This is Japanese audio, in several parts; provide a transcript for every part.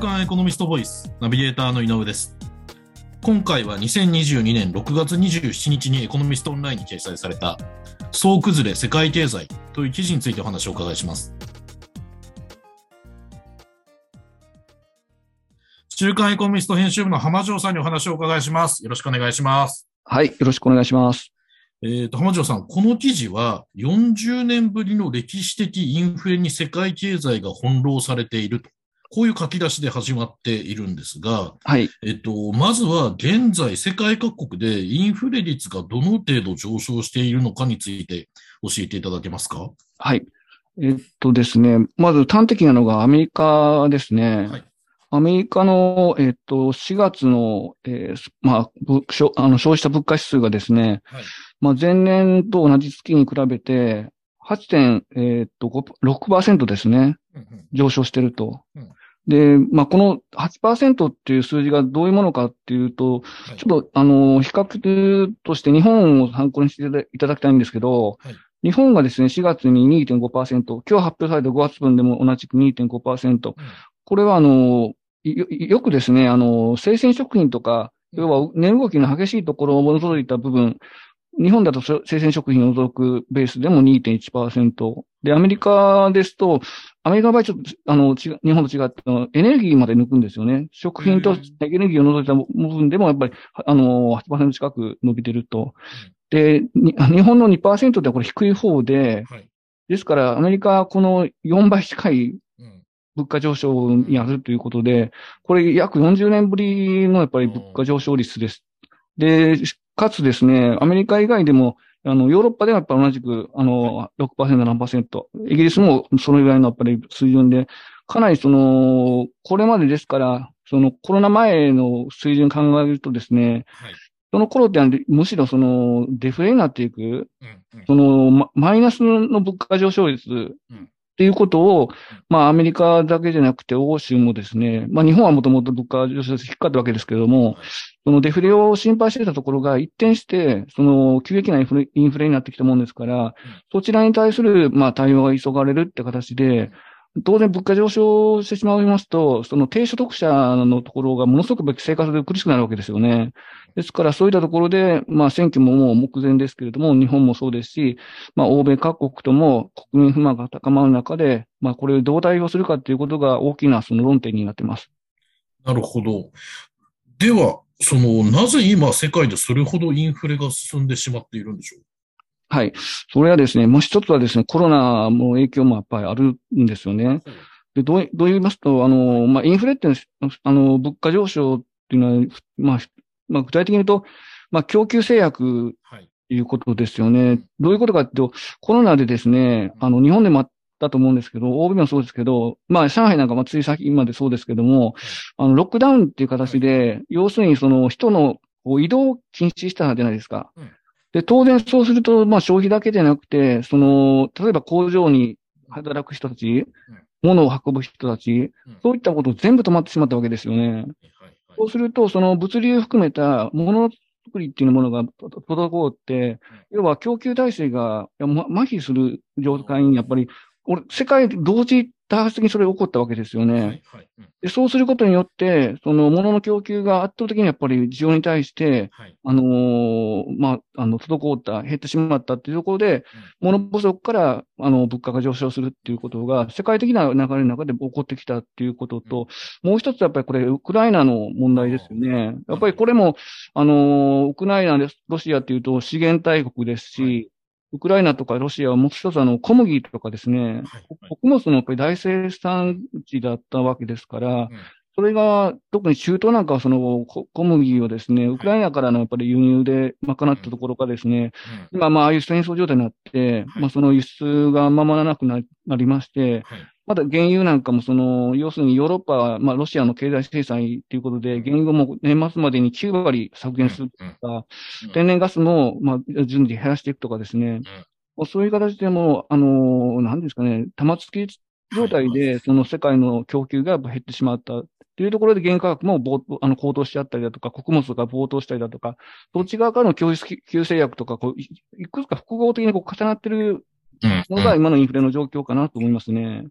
刊エコノミストボイスナビゲーターの井上です。今回は2022年6月27日にエコノミストオンラインに掲載された総崩れ世界経済という記事についてお話をお伺いします。週刊エコノミスト編集部の浜城さんにお話をお伺いします。よろしくお願いします。 はい、よろしくお願いします。 浜城さん、この記事は40年ぶりの歴史的インフレに世界経済が翻弄されていると、こういう書き出しで始まっているんですが、 はい。 まずは現在世界各国でインフレ率がどの程度上昇しているのかについて教えていただけますか？ はい。ですね、まず端的なのがアメリカですね。 はい。 アメリカの、4月の、消費者物価指数がですね、 はい。 前年と同じ月に比べて8.6% ですね、 うんうん上昇してると。 うんで、この8%っていう数字がどういうものかっていうと、 はいちょっと、比較として日本を参考にしていただきたいんですけど、 はい日本がですね、4月に 2.5%、今日発表された5月分でも同じく 2.5%。 うんこれは、よくですね、生鮮食品とか、要は値動きの激しいところを除いた部分、日本だと生鮮食品を除くベースでも 2.1%。で、アメリカですと、アメリカの場合ちょっと、日本と違ってエネルギーまで抜くんですよね。食品とエネルギーを除いた部分でもやっぱり、8% 近く伸びてると。で、日本の 2% ではこれ低い方で、 はいですからアメリカはこの4倍近いうん物価上昇にあるということで、これ約40年ぶりのやっぱり物価上昇率です。で、かつですね、アメリカ以外でも、ヨーロッパではやっぱ同じく、6%、7%、イギリスもそのぐらいのやっぱり水準で、かなりこれまでですから、コロナ前の水準考えるとですね、 はいその頃ってむしろデフレになっていく、 うんうんマイナスの物価上昇率うんっていうことを、 うんアメリカだけじゃなくて、欧州もですね、日本はもともと物価上昇率低かったわけですけれども、 はいそのデフレを心配していたところが一転して、急激なインフレになってきたもんですから、 うんそちらに対する、対応が急がれるって形で、当然物価上昇してしまいますと、その低所得者のところがものすごく生活で苦しくなるわけですよね。ですからそういったところで、選挙ももう目前ですけれども、日本もそうですし、欧米各国とも国民不満が高まる中で、これをどう対応するかということが大きなその論点になっています。 なるほど。では、なぜ今世界でそれほどインフレが進んでしまっているんでしょう？ はい。それはですね、もう一つはですね、コロナの影響もやっぱりあるんですよね。 ほうで、どう言いますと、インフレっていうのは、物価上昇っていうのは、具体的に言うと、供給制約はいということですよね。 うんどういうことかっていうと、コロナでですね、日本でもあったと思うんですけど、欧米もそうですけど、上海なんかもつい先までそうですけども、 はいロックダウンっていうはい形で、要するにその人のこう移動を禁止したじゃないですか。 うんで、当然そうすると、消費だけでなくて、例えば工場に働く人たち、 うん物を運ぶ人たち、 うんそういったこと全部止まってしまったわけですよね。 はいはいそうすると、その物流含めたものづくりっていうものが滞って、要は供給体制が麻痺する状態に、やっぱり、世界同時多発的にそれが起こったわけですよね。 はいはいで、そうすることによって、その物の供給が圧倒的にやっぱり需要に対して、 はい滞った、減ってしまったっていうところで、物不足から、物価が上昇するっていうことが、世界的な流れの中で起こってきたっていうことと、もう一つやっぱりこれ、ウクライナの問題ですよね。やっぱりこれも、ウクライナです、ロシアっていうと資源大国ですはいし、ウクライナとかロシアはもう一つ小麦とかですね、 はいはい穀物のやっぱり大生産地だったわけですから、 うんそれが特に中東なんかはその小麦をですね、ウクライナからのやっぱり輸入で賄ったところがですね、 うん今ああいう戦争状態になって、 はいその輸出がままならなくなりまして、 はいまだ原油なんかも要するにヨーロッパは、ロシアの経済制裁ということで、原油も年末までに9割削減するとか、天然ガスも、順次減らしていくとかですね、そういう形でも何ですかね、玉突き状態で、その世界の供給が減ってしまったっていうところで、原価格も高騰しちゃったりだとか、穀物が暴騰したりだとか、そっち側からの供給制約とか、いくつか複合的に重なっているのが今のインフレの状況かなと思いますね。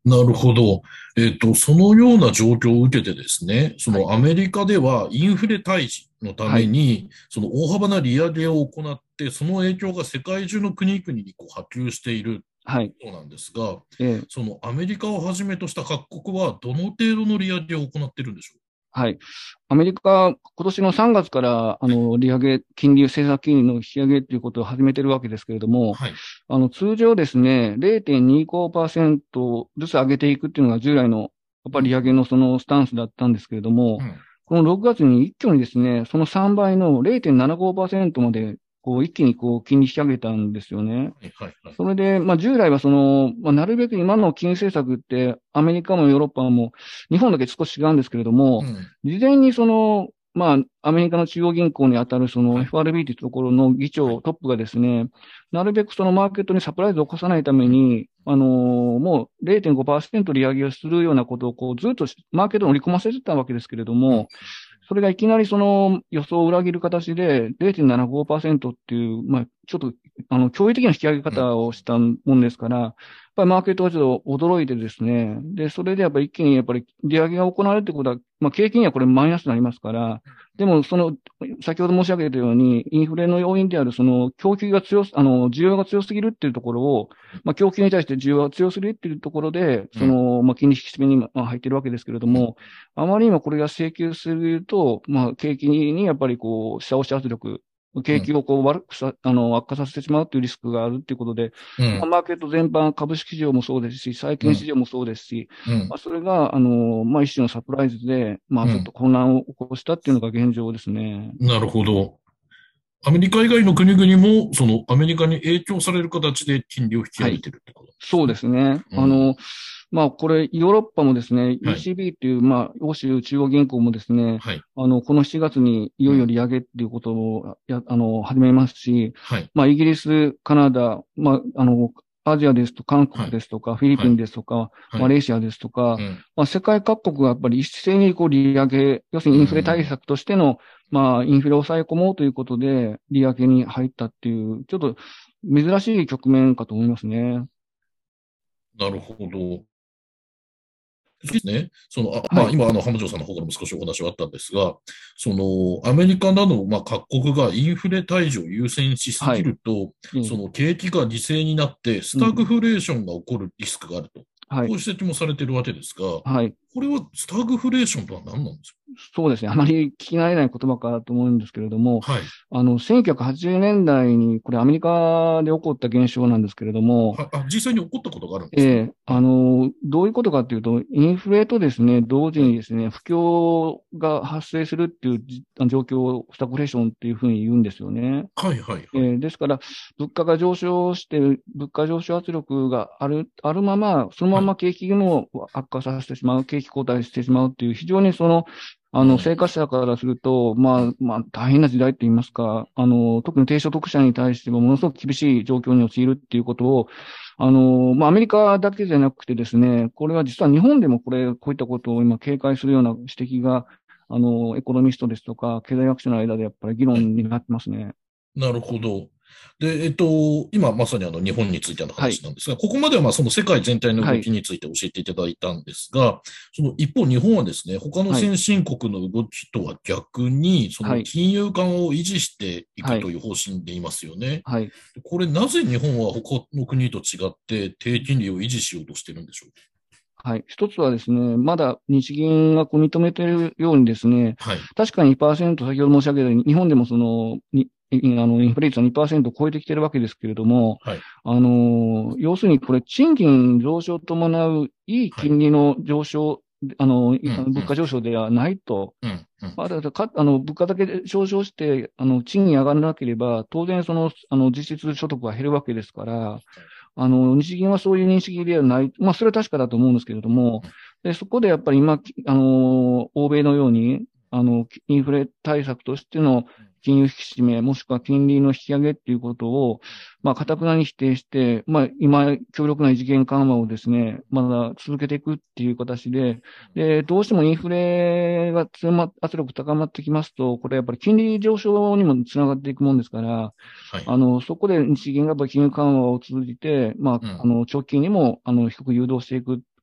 なるほど。そのような状況を受けてですね、そはい。 のアメリカではインフレ退治のたはい。 めに、その大幅な利上げを行って、その影響が世界中の国々にこう波及しているはい。 そうなんですが、 ええ。 そのアメリカをはじめとした各国はどの程度の利上げを行っているんでしょはい。アメリカ、今年の3月から、利上げ、金利、政策金利の引き上げということを始めているわけですけれども、 う？はい。 通常ですね、0.25%ずつ上げていくっていうのが従来の、やっぱり利上げうん、 のそのスタンスだったんですけれども、 うん、 この6月に一挙にですね、その3倍の0.75%まで、こう、一気にこう、金利引き上げたんですよね。 はい、はい、はい。 それで、従来はなるべく今の金融政策って、アメリカもヨーロッパも、日本だけ少し違うんですけれども、 うん、 事前にアメリカの中央銀行に当たるそのはい、 FRB というところの議長、 はい。 トップがですね、なるべくそのマーケットにサプライズを起こさないためうん、 に、もう0.5%利上げをするようなことを、こう、ずっとマーケットに織り込ませてたわけですけれどうん、 も、それがいきなりその予想を裏切る形で0.75%っていう、ちょっと、驚異的な引き上げうん、 方をしたもんですから、やっぱりマーケットはちょっと驚いてですね、で、それでやっぱり一気にやっぱり利上げが行われるってことは、景気にはこれマイナスになりますから、でも先ほど申し上げたように、インフレの要因であるその供給が強す、需要が強すぎるっていうところを、供給に対して需要が強すぎるっていうところで、 うん、 金利引き締めに入っているわけですけれどうん。 も、あまりにもこれが請求すると、景気にやっぱりこう、下押し圧力、景気をこう悪くさ、悪化させてしまうというリスクがあるということで、 うん、 マーケット全般、株式市場もそうですし、債うん、 券市場もそうですし、 うん、 それが、一種のサプライズで、ちょっとうん。 混乱を起こしたっていうのが現状ですね。 なるほど。アメリカ以外の国々も、そのアメリカに影響される形で金利を引きはい。 上げてるってことなんですそうでね。 すね。 うん。 これ、ヨーロッパもですね、 はい。 ECB っていう、欧州中央銀行もですね、 はい。 この7月にいよいようん。 利上げっていうことを始めますし、 はい。 イギリス、カナダ、アジアですと、韓国はい。 ですとか、フィリピンはい。 ですとか、 はい。 マレーシアですとか、 うん。 世界各国がやっぱり一斉にこう利上げ、要するうにインフレ対ん。 策としての、インフレを抑え込もうということで、利上げに入ったっていう、ちょっと珍しい局面かと思いますね。 なるほど。そうですね。 はい。 今、浜城さんの方からも少しお話はあったんですが、アメリカなど、各国がインフレ退治を優先しすはい。 ぎると、 ええ。 景気が犠牲になって、スうん。 タグフレーションが起こるリスクがあると。 はい。 こういう指摘もされているわけですが、 はい。 これはスタグフレーションとは何なんですそうですね。あまり聞き慣れない言葉かと思うんですけれども、 か？はい。 1980年代に、これアメリカで起こった現象なんですけれども、 実際に起こったことがあるんですね。はい。 どういうことかというと、インフレとですね、同時はい。 にですね、不況が発生するっていう状況をスタグフレーションっていうふうに言うんですよね。 はい、はい、はい。 ですから、物価が上昇して、物価上昇圧力があるまま、そのまはい。 ま景気も悪化させてしまう、景気後退してしまうっていう、非常にうん。 生活者からすると、 うん。 大変な時代って言いますか、特に低所得者に対してもものすごく厳しい状況に陥るっていうことを、アメリカだけじゃなくてですね、これは実は日本でもこういったことを今警戒するような指摘が、エコノミストですとか、経済学者の間でやっぱり議はい。 論になってますね。 なるほど。で、今まさに日本についてのはい。 話なんですが、ここまではその世界全体のはい。 動きについて教えていただいたんですが、その一方日本はですね、他のはい。 先進国の動きとは逆に、そのはい。 金融緩和を維持していくはい。 という方針でいますよね。 はい。 これなぜ日本は他の国と違って低金利を維持しようとしてるんでしょうはい。一つはですね、まだ日銀がこう認めているようにですね、 か？はい。 確かに2%、先ほど申し上げたように、日本でもインフレ率は2%を超えてきているわけですけれども、 はい。 要するにこれ、賃金上昇を伴ういいはい。 金利の上昇、 うん、うん、 物価上昇ではないと。 うん、うん。 だから物価だけで上昇して、賃金上がらなければ、当然実質所得が減るわけですから、日銀はそういう認識ではない。それは確かだと思うんですけれども、で、そこでやっぱり今、欧米のように、インフレ対策としての金融引き締め、もしくは金利の引き上げっていうことを、堅くなに否定して、今、強力な異次元緩和をですね、まだ続けていくっていう形で、どうしてもインフレが圧力高まってきますと、これやっぱり金利上昇にもつながっていくもんですから、 はい。 そこで日銀がやっぱり金融緩和を通じて、 うん。 長期にも、低く誘導していく、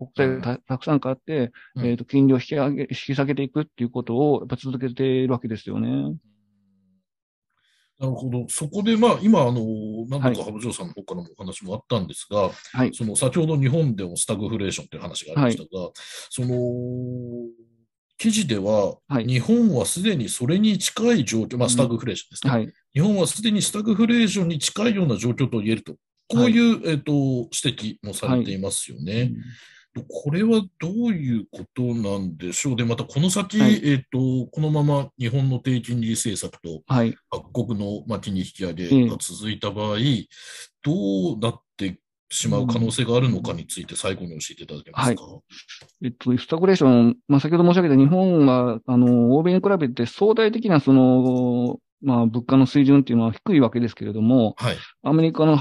国債がたくさん買って、 うん。 金利を引き下げていくっていうことをやっぱ続けているわけですよね。 なるほど。そこで、今、何はい。 度かハブジョーさんの方からもお話もあったんですが、 はい。 先ほど日本でもスタグフレーションという話がありまはい。 したが、その、記事では、 はい。 日本はすでにそれに近い状況、スタうん。 グフレーションですね。 はい。 日本はすでにスタグフレーションに近いような状況と言えると、こはい。 ういう、指摘もされはい。 ていますよね。 うん。 これはどういうことなんでしょう。で、またこの先、 はい。 このまま日本の低金利政策とはい。 各国の金利引き上げがええ。 続いた場合、どうなってしまう可能うん。 性があるのかうん。 について最後に教えていただけますはい。 か？ スタグレーション、先ほど申し上げた日本は、欧米に比べて相対的な、物価の水準っていうのは低いわけですけれども、 はい。 アメリカの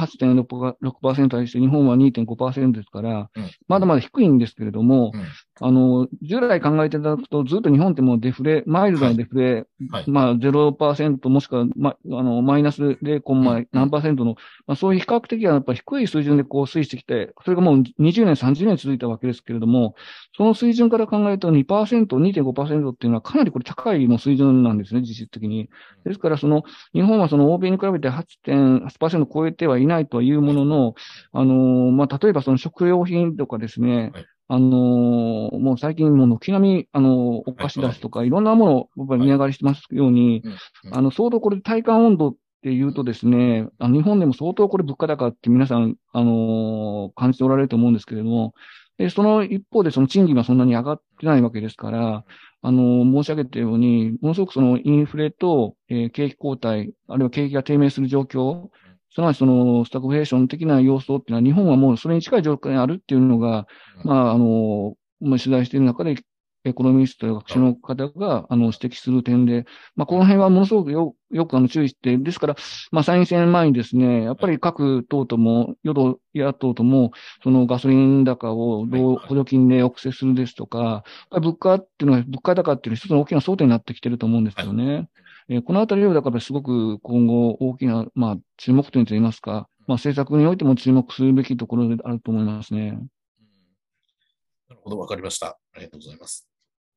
8.6%に対して日本は2.5%ですから、 うん、うん、 まだまだ低いんですけれども、 うん。 従来考えていただくと、ずっと日本ってもうデフレ、マイルドなはい、 デフレ、 はい。 0%もしくは、マイナス0コンうん、 マうん。 何パーセントの、そういう比較的はやっぱり低い水準でこう推移してきて、それがもう20年、30年続いたわけですけれども、その水準から考えると2%、2.5%っていうのはかなりこれ高いの水準なんですね、実質的に。ですから、日本はその欧米に比べて8.8%超えてはいないというはい、 ものの、例えばその食料品とかですね、 はい、 もう最近もう軒並み、おはい、 菓子上がってる。 出しとかいろんなもの、やっぱりはい。 値上がりしてますように、 うん、うん、 相当これ体感温度っていうとですね、日本でも相当これ物価高って皆さん、感じておられると思うんですけれども、で、その一方でその賃金がそんなに上がってないわけですから、申し上げたように、ものすごくそのインフレと、景気後退、あるいは景気が低迷する状況、すなわちそのスタグフレーション的な要素っていうのは、日本はもうそれに近い状況にあるっていうのが、 うん。 取材している中で、エコノミストや学者なるほど。 の方が、指摘する点で、この辺はものすごくよく注意して、ですから、参院選前にですね、やっはい、 ぱり各党とも、与党、野党とも、そのガソリン高をはい、 どう補はい。 助金で抑制するですとか、物価っていうのは、物価高っていうのは一つの大きな争点になってきてると思うんですはい。 よね。このあたりを、だからすごく今後大きな、注目点といいますか、政策においても注目するべきところであると思いますね。 うん。なるほど、わかりました。ありがとうございます。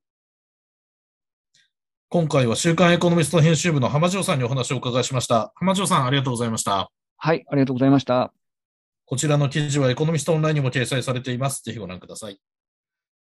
今回は週刊エコノミスト編集部の浜城さんにお話をお伺いしました。浜城さん、ありがとうございました。 はい、ありがとうございました。 こちらの記事はエコノミストオンラインにも掲載されています。ぜひご覧ください。